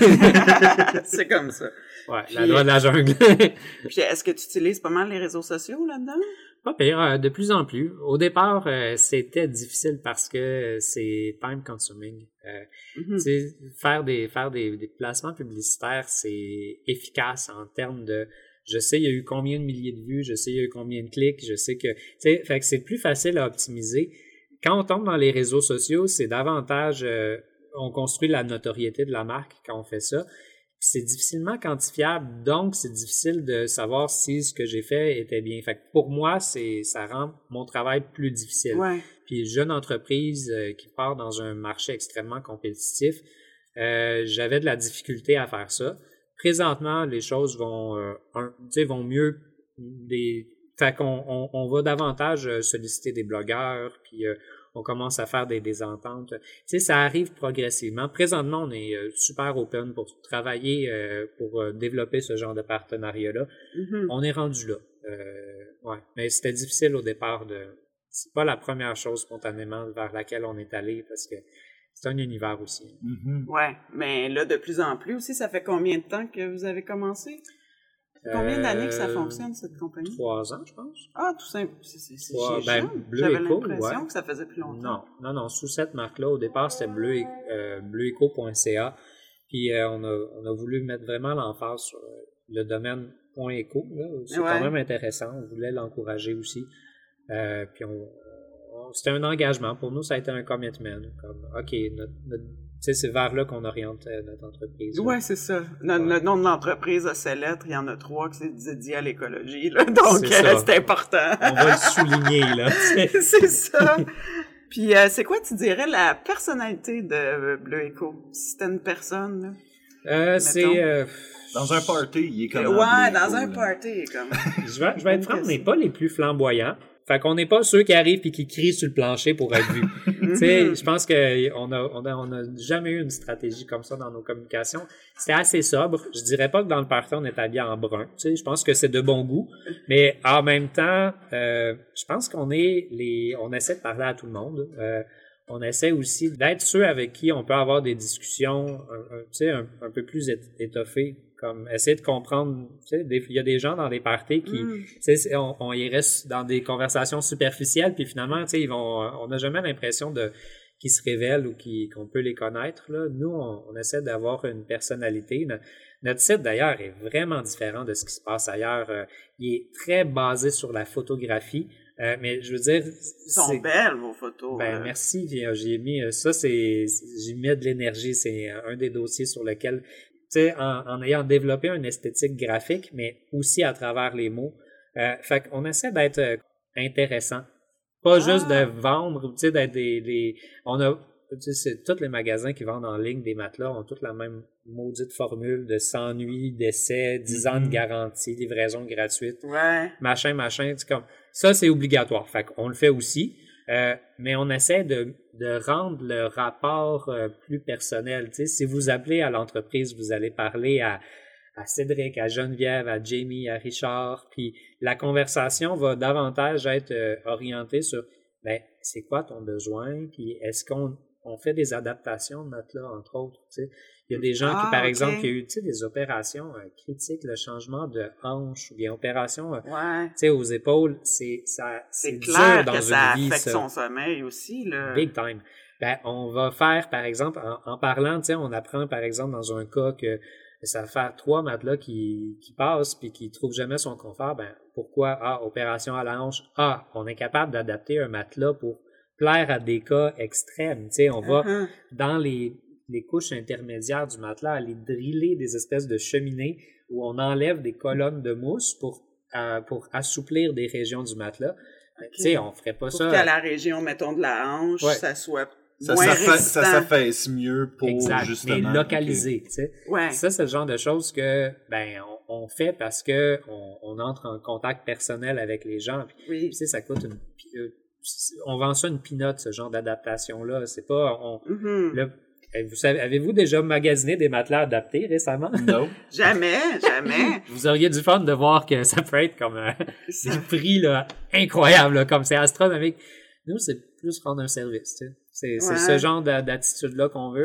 C'est comme ça. Ouais, Puis, la loi de la jungle. Puis, est-ce que tu utilises pas mal les réseaux sociaux là-dedans? Pas pire, euh, de plus en plus. Au départ, euh, c'était difficile parce que c'est time consuming. Euh, Mm-hmm. Tu sais, faire des faire des, des placements publicitaires, c'est efficace en termes de je sais il y a eu combien de milliers de vues, je sais il y a eu combien de clics, je sais que tu sais, fait que c'est plus facile à optimiser. Quand on tombe dans les réseaux sociaux, c'est davantage euh, on construit la notoriété de la marque quand on fait ça. C'est difficilement quantifiable, donc c'est difficile de savoir si ce que j'ai fait était bien. Fait que pour moi, c'est ça rend mon travail plus difficile. Ouais. Puis jeune entreprise euh, qui part dans un marché extrêmement compétitif, euh, j'avais de la difficulté à faire ça. Présentement, les choses vont, euh, un, tu sais, vont mieux. Des, fait qu'on on, on va davantage solliciter des blogueurs, puis euh, on commence à faire des, des ententes. Tu sais, ça arrive progressivement. Présentement, on est euh, super open pour travailler, euh, pour euh, développer ce genre de partenariat-là. Mm-hmm. On est rendu là. Euh, ouais, mais c'était difficile au départ de. C'est pas la première chose spontanément vers laquelle on est allé parce que c'est un univers aussi. Mm-hmm. Ouais, mais là, de plus en plus aussi, ça fait combien de temps que vous avez commencé? Combien Euh, d'années que ça fonctionne, cette compagnie? Trois ans, je pense. Ah, tout simple. C'est, c'est, c'est Ouais, chez ben, Jean. Bleu J'avais Echo, l'impression ouais. que ça faisait plus longtemps. Non, non, non. Sous cette marque-là, au départ, c'était bleu, euh, bleueco point c a. Puis euh, on, a, on a voulu mettre vraiment l'emphase sur euh, le domaine .eco. Là. C'est Ouais. quand même intéressant. On voulait l'encourager aussi. Euh, puis on, on, c'était un engagement. Pour nous, ça a été un commitment. Comme, OK, notre, notre, tu sais, c'est vers là qu'on oriente euh, notre entreprise. Là. Ouais, c'est ça. Le, Ouais. le nom de l'entreprise a ses lettres. Il y en a trois qui c'est dédié à l'écologie. Là. Donc, C'est euh, ça. c'est important. On va le souligner, là. C'est ça. Puis, euh, c'est quoi, tu dirais, la personnalité de euh, Bleu Echo? Si c'était une personne, là. Euh, c'est... Euh, Dans un party, il est comme... Ouais, dans un party, comme... je vais, je vais être franc, on n'est pas les plus flamboyants. Fait qu'on n'est pas ceux qui arrivent et qui crient sur le plancher pour être vus. Tu sais, je pense qu'on a, on a, on a jamais eu une stratégie comme ça dans nos communications. C'était assez sobre. Je dirais pas que dans le party, on est habillé en brun. Tu sais, je pense que c'est de bon goût. Mais en même temps, euh, je pense qu'on est les, on essaie de parler à tout le monde. Euh, on essaie aussi d'être ceux avec qui on peut avoir des discussions, un, un, tu sais, un, un peu plus étoffées. Comme essayer de comprendre, tu sais, il y a des gens dans des parties qui, Mm. tu sais, on, on y reste dans des conversations superficielles, puis finalement, tu sais, ils vont, on n'a jamais l'impression de qu'ils se révèlent ou qu'ils, qu'on peut les connaître. Là. Nous, on, on essaie d'avoir une personnalité. Notre, notre site d'ailleurs est vraiment différent de ce qui se passe ailleurs. Euh, il est très basé sur la photographie. Euh, mais je veux dire, Ils sont belles, vos photos. ben là. merci. J'ai mis ça, c'est, j'ai mis de l'énergie. C'est un des dossiers sur lequel tu sais, en, en ayant développé une esthétique graphique, mais aussi à travers les mots. Euh, fait qu'on essaie d'être euh, intéressant. Pas Ah. juste de vendre, tu sais, d'être des, des... On a... Tu sais, c'est tous les magasins qui vendent en ligne des matelas ont toutes la même maudite formule de cent nuits, d'essai, dix ans de garantie, livraison gratuite, Ouais. machin, machin. Tu sais, comme... Ça, c'est obligatoire. Fait qu'on le fait aussi. Euh, mais on essaie de, de rendre le rapport euh, plus personnel. Tu sais, si vous appelez à l'entreprise, vous allez parler à, à Cédric, à Geneviève, à Jamie, à Richard, puis la conversation va davantage être euh, orientée sur ben, c'est quoi ton besoin, puis est-ce qu'on on fait des adaptations de matelas, entre autres. Tu sais. Il y a des gens Ah, qui, par okay. exemple, qui ont eu tu sais, des opérations euh, critiques, le changement de hanche ou bien opération euh, Ouais. tu sais, aux épaules, c'est ça C'est c'est clair dur dans que une ça vie, affecte ça. son sommeil aussi, là. Big time. Ben, on va faire, par exemple, en, en parlant, tu sais, on apprend, par exemple, dans un cas que ça va faire trois matelas qui, qui passent puis qui trouvent jamais son confort. Ben, pourquoi? Ah, opération à la hanche. Ah, on est capable d'adapter un matelas pour plaire à des cas extrêmes. Tu sais, on va Uh-huh. dans les, les couches intermédiaires du matelas aller driller des espèces de cheminées où on enlève des colonnes de mousse pour, euh, pour assouplir des régions du matelas. Okay. Tu sais, on ferait pas Pour ça. qu'à la région, mettons, de la hanche, Ouais. ça soit Ça, moins s'affa- résistant. ça s'affaisse mieux pour Exact, justement... mais localisé, tu sais. Ouais. Ça, c'est le genre de choses que, ben, on, on fait parce que on, on entre en contact personnel avec les gens. Puis, Oui. tu sais, ça coûte une... pi- euh, on vend ça une pinote, ce genre d'adaptation-là. C'est pas... On, Mhm. le, vous savez, avez-vous déjà magasiné des matelas adaptés récemment? Non. Jamais, jamais. Vous auriez du fun de voir que ça peut être comme euh, C'est- des prix là, incroyables, là, comme c'est astronomique. Nous, c'est plus rendre un service. Tu sais. C'est, c'est Ouais. ce genre d'a- d'attitude-là qu'on veut. On,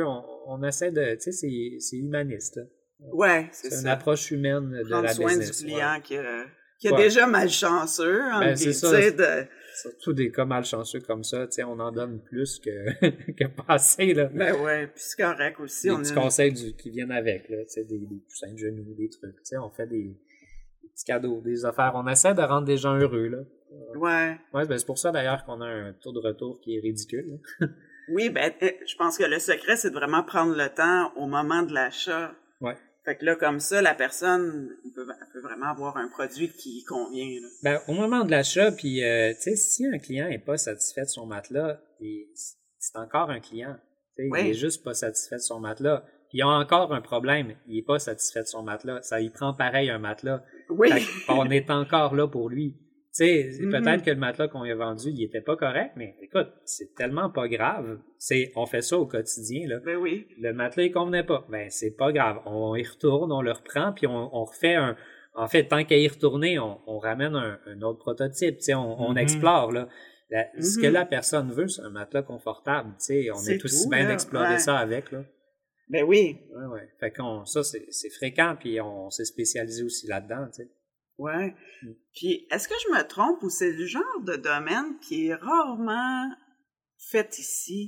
on essaie de, tu sais, c'est, c'est humaniste. Hein. Ouais, c'est, c'est ça. une approche humaine de Prendre la soin business. du client ouais. qui a, qui a Ouais. déjà malchanceux, en Ben, c'est ça. de... Surtout des cas malchanceux comme ça, tu sais, on en donne plus que, que pas assez, là. Ben ouais, puis c'est correct aussi. Des on petits a... conseils du, qui viennent avec, là, tu sais, des, des poussins de genoux, des trucs, tu sais, on fait des, des petits cadeaux, des affaires. On essaie de rendre des gens heureux, là. Ouais. Ouais, ben c'est pour ça, d'ailleurs, qu'on a un taux de retour qui est ridicule. Oui, ben, je pense que le secret, c'est de vraiment prendre le temps au moment de l'achat. Ouais. Fait que là, comme ça, la personne elle peut, elle peut vraiment avoir un produit qui convient. Là. Ben, au moment de l'achat, puis, euh, tu sais, si un client n'est pas satisfait de son matelas, il, c'est encore un client. Oui. Il est juste pas satisfait de son matelas. Puis il a encore un problème. Il est pas satisfait de son matelas. Ça y prend pareil un matelas. Oui. On est encore là pour lui. Tu sais, Mm-hmm. peut-être que le matelas qu'on lui a vendu, il était pas correct, mais écoute, c'est tellement pas grave. C'est, on fait ça au quotidien, là. Ben oui. Le matelas, il convenait pas. Ben, c'est pas grave. On y retourne, on le reprend, puis on, on refait un, en fait, tant qu'à y retourner, on, on ramène un, un autre prototype, tu sais, on, on mm-hmm. explore, là. La, mm-hmm. Ce que la personne veut, c'est un matelas confortable, tu sais. On c'est est aussi tout, bien là. d'explorer ouais. ça avec, là. Ben oui. Ouais, ouais. Fait qu'on, ça, c'est, c'est fréquent, puis on s'est spécialisé aussi là-dedans, tu sais. Ouais. Mm. Puis, est-ce que je me trompe ou c'est le genre de domaine qui est rarement fait ici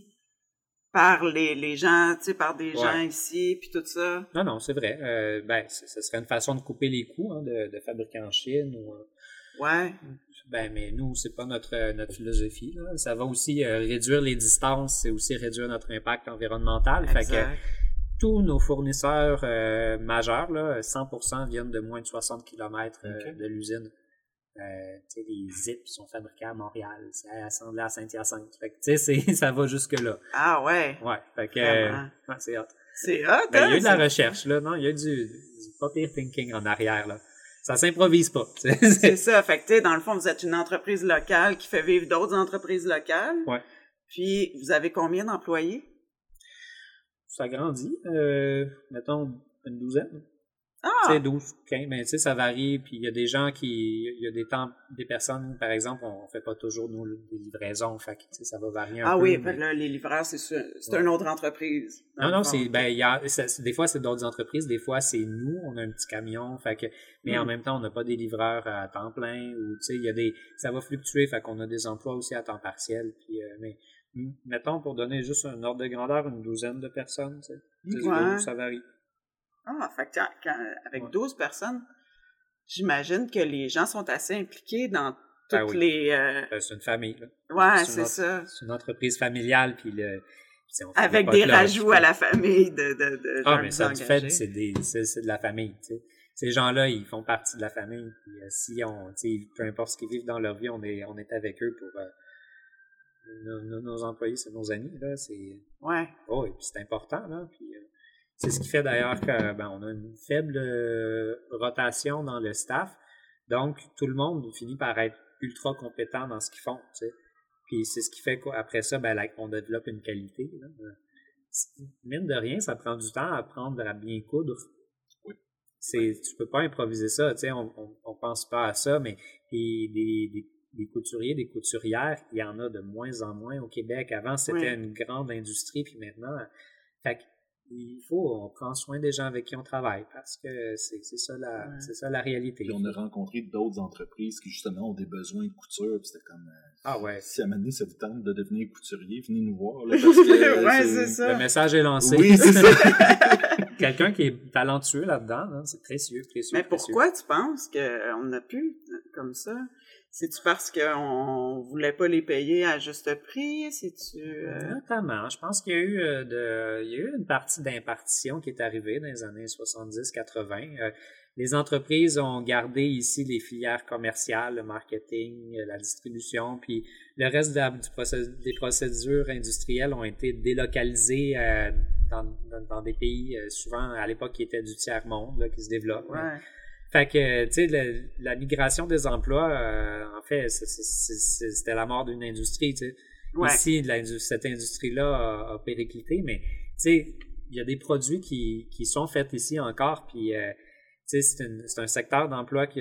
par les, les gens, tu sais, par des ouais. gens ici, puis tout ça? Non, non, c'est vrai. Euh, ben, ce serait une façon de couper les coûts, hein, de, de fabriquer en Chine ou... Ouais. Ben, mais nous, c'est pas notre, notre philosophie, là. Ça va aussi euh, réduire les distances, c'est aussi réduire notre impact environnemental. Exact. Fait que tous nos fournisseurs euh, majeurs, là, cent pour cent viennent de moins de soixante kilomètres euh, okay. de l'usine. Euh, tu sais, les zips sont fabriqués à Montréal, c'est assemblé à Saint-Hyacinthe. Fait que, tu sais, ça va jusque-là. Ah ouais? Ouais, fait que, euh, ouais, c'est hot. C'est hot, ben, hein? Il y a eu de la recherche, là, non? Il y a eu du, du papier thinking en arrière, là. Ça s'improvise pas. C'est ça. Fait que, tu sais, dans le fond, vous êtes une entreprise locale qui fait vivre d'autres entreprises locales. Ouais. Puis, vous avez combien d'employés? Ça grandit. Euh, mettons, une douzaine. Ah! Tu sais, douze, quinze, mais tu sais, ça varie. Puis il y a des gens qui, il y a des temps, des personnes, par exemple, on fait pas toujours nous des livraisons, fait que tu sais, ça va varier un ah, peu. Ah oui, mais... là, les livreurs, c'est c'est ouais. une autre entreprise. Non, non, c'est, ben, il y a, c'est, des fois c'est d'autres entreprises, des fois c'est nous, on a un petit camion, fait que, mais mm. en même temps, on n'a pas des livreurs à temps plein, ou tu sais, il y a des, ça va fluctuer, fait qu'on a des emplois aussi à temps partiel, puis, euh, mais, mettons, pour donner juste un ordre de grandeur, une douzaine de personnes, tu sais, ouais. ça varie. Ah, fait que quand, avec ouais. douze personnes, j'imagine que les gens sont assez impliqués dans toutes ben oui. les... Euh... Ben, c'est une famille, là. Ouais, c'est, c'est une, ça. C'est une entreprise familiale, puis le... Avec des rajouts à la famille de, de, de ah, mais ça, du fait, c'est, des, c'est, c'est de la famille, tu sais. Ces gens-là, ils font partie de la famille, puis euh, si on, tu sais, peu importe ce qu'ils vivent dans leur vie, on est, on est avec eux pour... Euh, nos, nos, nos employés, c'est nos amis, là, c'est... Ouais. Oh, et puis c'est important, là, puis... Euh, c'est ce qui fait d'ailleurs que ben, on a une faible euh, rotation dans le staff. Donc, tout le monde finit par être ultra compétent dans ce qu'ils font. Tu sais. Puis c'est ce qui fait qu'après ça, ben, là, on développe une qualité. Là. Mine de rien, ça prend du temps à apprendre à bien coudre. Oui. C'est, tu peux pas improviser ça. Tu sais, on, on, on pense pas à ça, mais des, des, des, des couturiers, des couturières, il y en a de moins en moins au Québec. Avant, c'était oui. une grande industrie, puis maintenant... Fait que, il faut, on prend soin des gens avec qui on travaille parce que c'est, c'est, ça, la, ouais. c'est ça la réalité. Puis on a rencontré d'autres entreprises qui justement ont des besoins de couture, puis c'était comme... Euh, ah ouais. Si à un moment donné, ça vous tente de devenir couturier, venez nous voir. Là, parce que, ouais, c'est... c'est ça. Le message est lancé. Oui, c'est ça. Quelqu'un qui est talentueux là-dedans, hein, c'est précieux, précieux. Mais précieux. Pourquoi tu penses qu'on a pu comme ça? C'est-tu parce qu'on voulait pas les payer à juste prix? C'est-tu... Euh... Notamment. Je pense qu'il y a eu euh, de, il y a eu une partie d'impartition qui est arrivée dans les années soixante-dix quatre-vingt. Euh, les entreprises ont gardé ici les filières commerciales, le marketing, la distribution, puis le reste de la, du procé- des procédures industrielles ont été délocalisées euh, dans, dans, dans des pays, euh, souvent à l'époque qui étaient du tiers-monde, là, qui se développent. Ouais. Hein. Fait que, tu sais, la, la migration des emplois, euh, en fait, c'est, c'est, c'est, c'était la mort d'une industrie, tu sais. Ouais. Ici, cette industrie-là a, a périclité, mais, tu sais, il y a des produits qui, qui sont faits ici encore, puis, euh, tu sais, c'est, c'est un secteur d'emploi qui a juste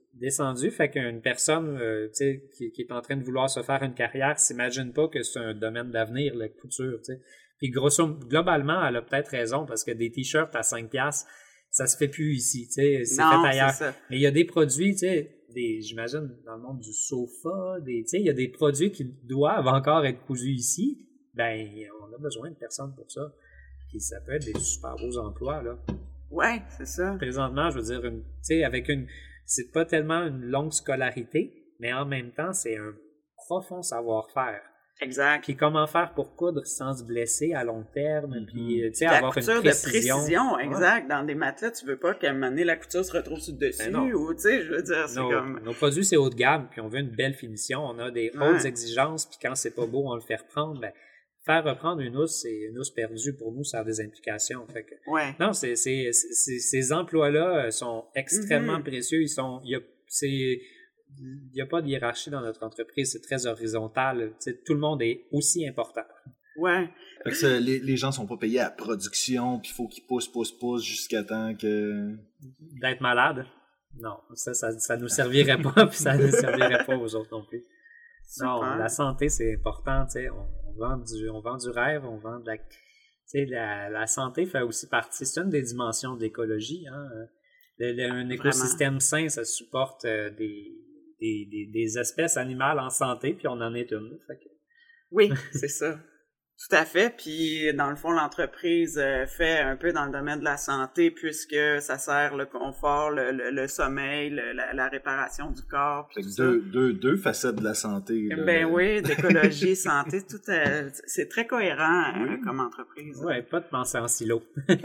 descendu, fait qu'une personne euh, tu sais, qui, qui est en train de vouloir se faire une carrière s'imagine pas que c'est un domaine d'avenir, la couture, tu sais. Puis grosso globalement, elle a peut-être raison, parce que des t-shirts à cinq piastres, ça se fait plus ici, tu sais, c'est non, fait ailleurs. C'est ça. Mais il y a des produits, tu sais, des, j'imagine, dans le monde du sofa, des, tu sais, il y a des produits qui doivent encore être cousus ici. Ben, on a besoin de personnes pour ça. Puis ça peut être des super beaux emplois, là. Ouais, c'est ça. Présentement, je veux dire, une, tu sais, avec une, c'est pas tellement une longue scolarité, mais en même temps, c'est un profond savoir-faire. Exact. Puis comment faire pour coudre sans se blesser à long terme, mm-hmm. puis tu sais, la avoir couture une précision. de précision, exact. Ouais. Dans des matelas, tu veux pas qu'à un moment donné, la couture se retrouve sur le dessus, ben ou tu sais, je veux dire, c'est nos, comme... Nos produits, c'est haut de gamme, puis on veut une belle finition, on a des ouais. hautes exigences, puis quand c'est pas beau, on le fait reprendre, ben, faire reprendre une housse, c'est une housse perdue pour nous, ça a des implications. Fait que, ouais. Non, c'est, c'est, c'est, ces emplois-là sont extrêmement mm-hmm. précieux, ils sont... Y a, c'est, il n'y a pas de hiérarchie dans notre entreprise, c'est très horizontal. T'sais, tout le monde est aussi important. Ouais. Fait que ça, les, les gens sont pas payés à la production, puis il faut qu'ils poussent, poussent, poussent jusqu'à temps que... D'être malade? Non, ça, ça, ça nous servirait pas, puis ça ne servirait pas aux autres non plus. Super. Non, la santé, c'est important, tu sais, on, on vend du, on vend du rêve, on vend de la... Tu sais, la, la santé fait aussi partie, c'est une des dimensions de l'écologie, hein. Le, le, un écosystème Vraiment. sain, ça supporte euh, des... Des, des, des espèces animales en santé, puis on en est une. Fait que... Oui, c'est ça. Tout à fait. Puis, dans le fond, l'entreprise euh, fait un peu dans le domaine de la santé, puisque ça sert le confort, le, le, le sommeil, le, la, la réparation du corps. Puis tout deux, ça. Deux, deux facettes de la santé. Là. Ben oui, d'écologie, santé, tout euh, c'est très cohérent oui. euh, comme entreprise. Oui, pas de penser en silo.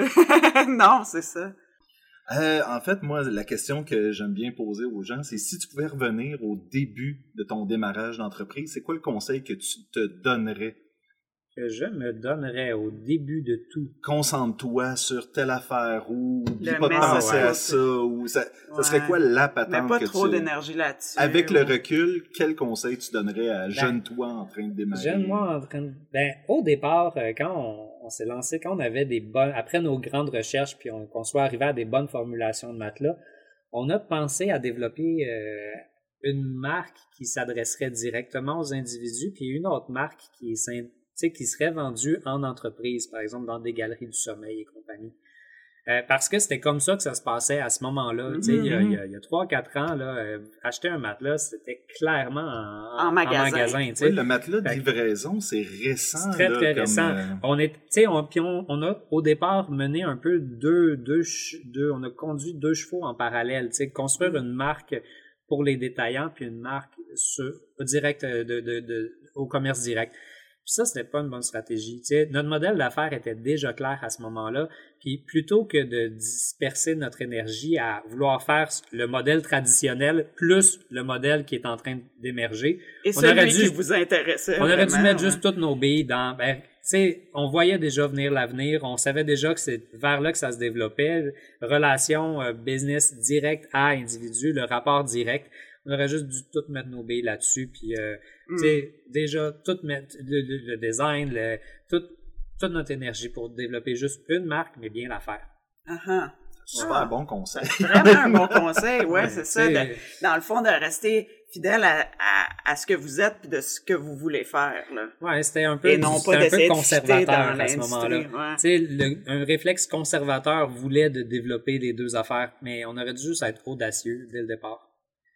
Non, c'est ça. Euh, en fait, moi, la question que j'aime bien poser aux gens, c'est si tu pouvais revenir au début de ton démarrage d'entreprise, c'est quoi le conseil que tu te donnerais? Que je me donnerais au début de tout. Concentre-toi sur telle affaire ou n'oublie pas de message, penser à ça. Ou ça, ouais. ça serait quoi la patente Mais pas que trop tu... d'énergie là-dessus. Avec ou... le recul, quel conseil tu donnerais à ben, jeune toi en train de démarrer? Jeune moi en train de... Ben, au départ, quand on, on s'est lancé, quand on avait des bonnes... Après nos grandes recherches, puis on, qu'on soit arrivé à des bonnes formulations de matelas, on a pensé à développer euh, une marque qui s'adresserait directement aux individus, puis une autre marque qui est... Tu sais, qui serait vendu en entreprise, par exemple, dans des galeries du sommeil et compagnie. Euh, parce que c'était comme ça que ça se passait à ce moment-là. Mm-hmm. Tu sais, il y a, il y a, il y a trois quatre ans, là, euh, acheter un matelas, c'était clairement en, en magasin. En magasin tu sais. Oui, le matelas de livraison, c'est récent. C'est très, là, très comme, récent. Euh... On est, tu sais, on, puis on, on a au départ mené un peu deux, deux, deux, on a conduit deux chevaux en parallèle. Tu sais, construire mm-hmm. une marque pour les détaillants, puis une marque sur, direct de, de, de, de, au commerce direct. Puis ça, c'était pas une bonne stratégie. Tu sais, notre modèle d'affaires était déjà clair à ce moment-là. Puis plutôt que de disperser notre énergie à vouloir faire le modèle traditionnel plus le modèle qui est en train d'émerger, et on aurait dû, qui vous intéressait. On aurait vraiment, dû mettre ouais. juste toutes nos billes dans. Ben, tu sais, on voyait déjà venir l'avenir. On savait déjà que c'est vers là que ça se développait. Relation euh, business direct à individu, le rapport direct. On aurait juste dû tout mettre nos billes là-dessus, puis euh, mm. tu sais, déjà tout mettre le, le, le design, le, tout, toute notre énergie pour développer juste une marque, mais bien la faire. Uh-huh. Super ah. bon conseil. Vraiment un bon conseil, ouais, c'est ça. C'est... De, dans le fond, de rester fidèle à, à, à ce que vous êtes puis de ce que vous voulez faire, là. Ouais, c'était un peu, et non pas un peu conservateur dans à ce moment-là. Ouais. Tu sais, le, un réflexe conservateur voulait de développer les deux affaires, mais on aurait dû juste être audacieux dès le départ.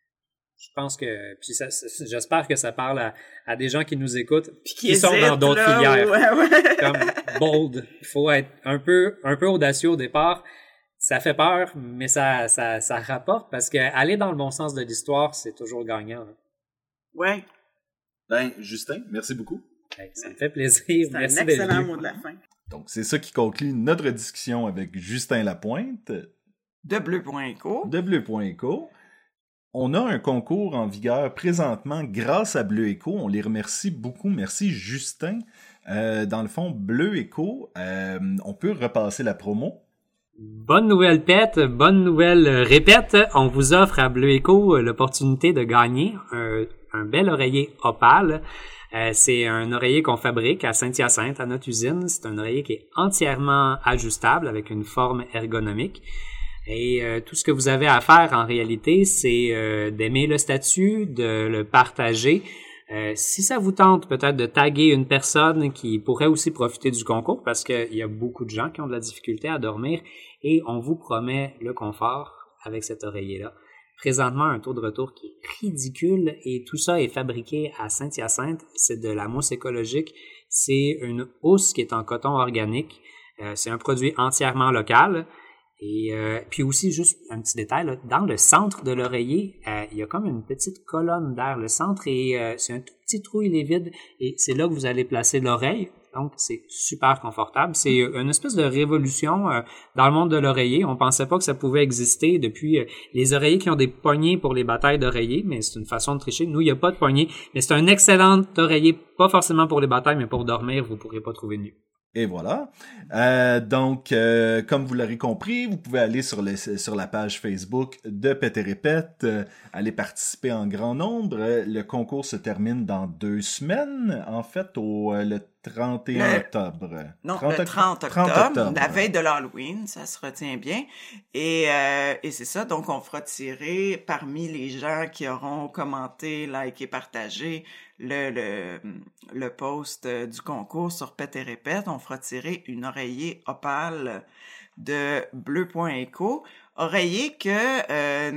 Je pense que, puis ça, j'espère que ça parle à, à des gens qui nous écoutent, puis qui, qui sont dans d'autres là, filières, ouais, ouais. comme bold. Il faut être un peu, un peu audacieux au départ. Ça fait peur, mais ça, ça, ça rapporte parce que aller dans le bon sens de l'histoire, c'est toujours gagnant. Hein. Ouais. Ben, Justin, merci beaucoup. Ben, ça me fait plaisir. C'est merci un excellent mot de la fin. Donc, c'est ça qui conclut notre discussion avec Justin Lapointe. De bleu point éco. De bleu point éco. On a un concours en vigueur présentement grâce à Bleu Éco. On les remercie beaucoup. Merci Justin. Euh, dans le fond, Bleu Éco, euh, on peut repasser la promo. Bonne nouvelle pète, bonne nouvelle répète. On vous offre à Bleu Éco l'opportunité de gagner un, un bel oreiller Opal. Euh, c'est un oreiller qu'on fabrique à Saint-Hyacinthe, à notre usine. C'est un oreiller qui est entièrement ajustable avec une forme ergonomique. Et euh, tout ce que vous avez à faire en réalité, c'est euh, d'aimer le statut, de le partager. Euh, si ça vous tente peut-être de taguer une personne qui pourrait aussi profiter du concours, parce qu'il y a beaucoup de gens qui ont de la difficulté à dormir, et on vous promet le confort avec cet oreiller-là. Présentement, un taux de retour qui est ridicule, et tout ça est fabriqué à Saint-Hyacinthe. C'est de la mousse écologique. C'est une housse qui est en coton organique. Euh, c'est un produit entièrement local. Et euh, puis aussi, juste un petit détail, là, dans le centre de l'oreiller, euh, il y a comme une petite colonne d'air. Le centre, est, euh, c'est un tout petit trou, il est vide, et c'est là que vous allez placer l'oreille. Donc, c'est super confortable. C'est une espèce de révolution euh, dans le monde de l'oreiller. On pensait pas que ça pouvait exister depuis euh, les oreillers qui ont des poignées pour les batailles d'oreillers, mais c'est une façon de tricher. Nous, il n'y a pas de poignée, mais c'est un excellent oreiller, pas forcément pour les batailles, mais pour dormir, vous ne pourrez pas trouver mieux. Et voilà. Euh, donc, euh, comme vous l'aurez compris, vous pouvez aller sur, le, sur la page Facebook de Pète et Répète, euh, aller participer en grand nombre. Le concours se termine dans deux semaines, en fait, au euh, le trente et un Le... octobre. Non, trente le trente octobre, trente octobre, la veille de l'Halloween, ça se retient bien. Et, euh, et c'est ça, donc on fera tirer parmi les gens qui auront commenté, liké, partagé le, le, le post du concours sur Pète et Répète, on fera tirer une oreiller Opale de bleu point éco. Oreiller que... Euh,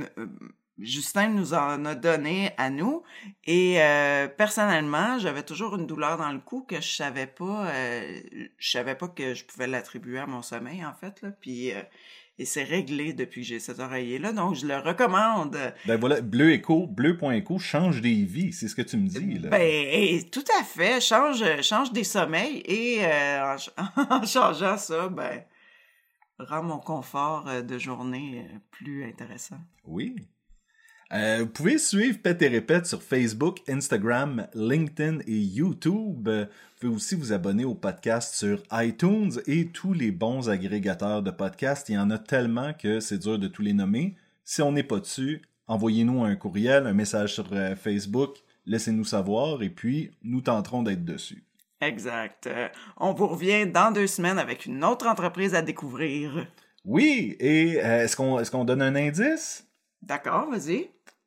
Justin nous en a donné à nous et euh, personnellement, j'avais toujours une douleur dans le cou que je savais pas euh, je savais pas que je pouvais l'attribuer à mon sommeil en fait là, puis euh, et c'est réglé depuis que j'ai cet oreiller là, donc je le recommande. Ben voilà, bleu éco, bleu point éco change des vies, c'est ce que tu me dis là. Ben tout à fait, change change des sommeils et euh, en, en changeant ça, ben rend mon confort de journée plus intéressant. Oui. Euh, vous pouvez suivre Pète et Répète sur Facebook, Instagram, LinkedIn et YouTube. Vous pouvez aussi vous abonner au podcast sur iTunes et tous les bons agrégateurs de podcasts. Il y en a tellement que c'est dur de tous les nommer. Si on n'est pas dessus, envoyez-nous un courriel, un message sur euh, Facebook, laissez-nous savoir et puis nous tenterons d'être dessus. Exact. Euh, on vous revient dans deux semaines avec une autre entreprise à découvrir. Oui, et euh, est-ce qu'on, est-ce qu'on donne un indice? D'accord, vas-y.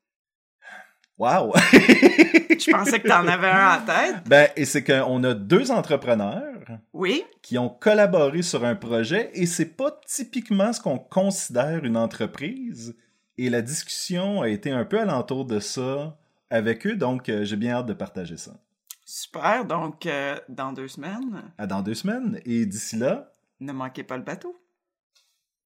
Wow! Je pensais que t'en avais un en tête. Ben, et c'est qu'on a deux entrepreneurs oui. qui ont collaboré sur un projet et c'est pas typiquement ce qu'on considère une entreprise. Et la discussion a été un peu alentour de ça avec eux, donc euh, j'ai bien hâte de partager ça. Super, donc euh, dans deux semaines. À dans deux semaines, et d'ici là... Ne manquez pas le bateau.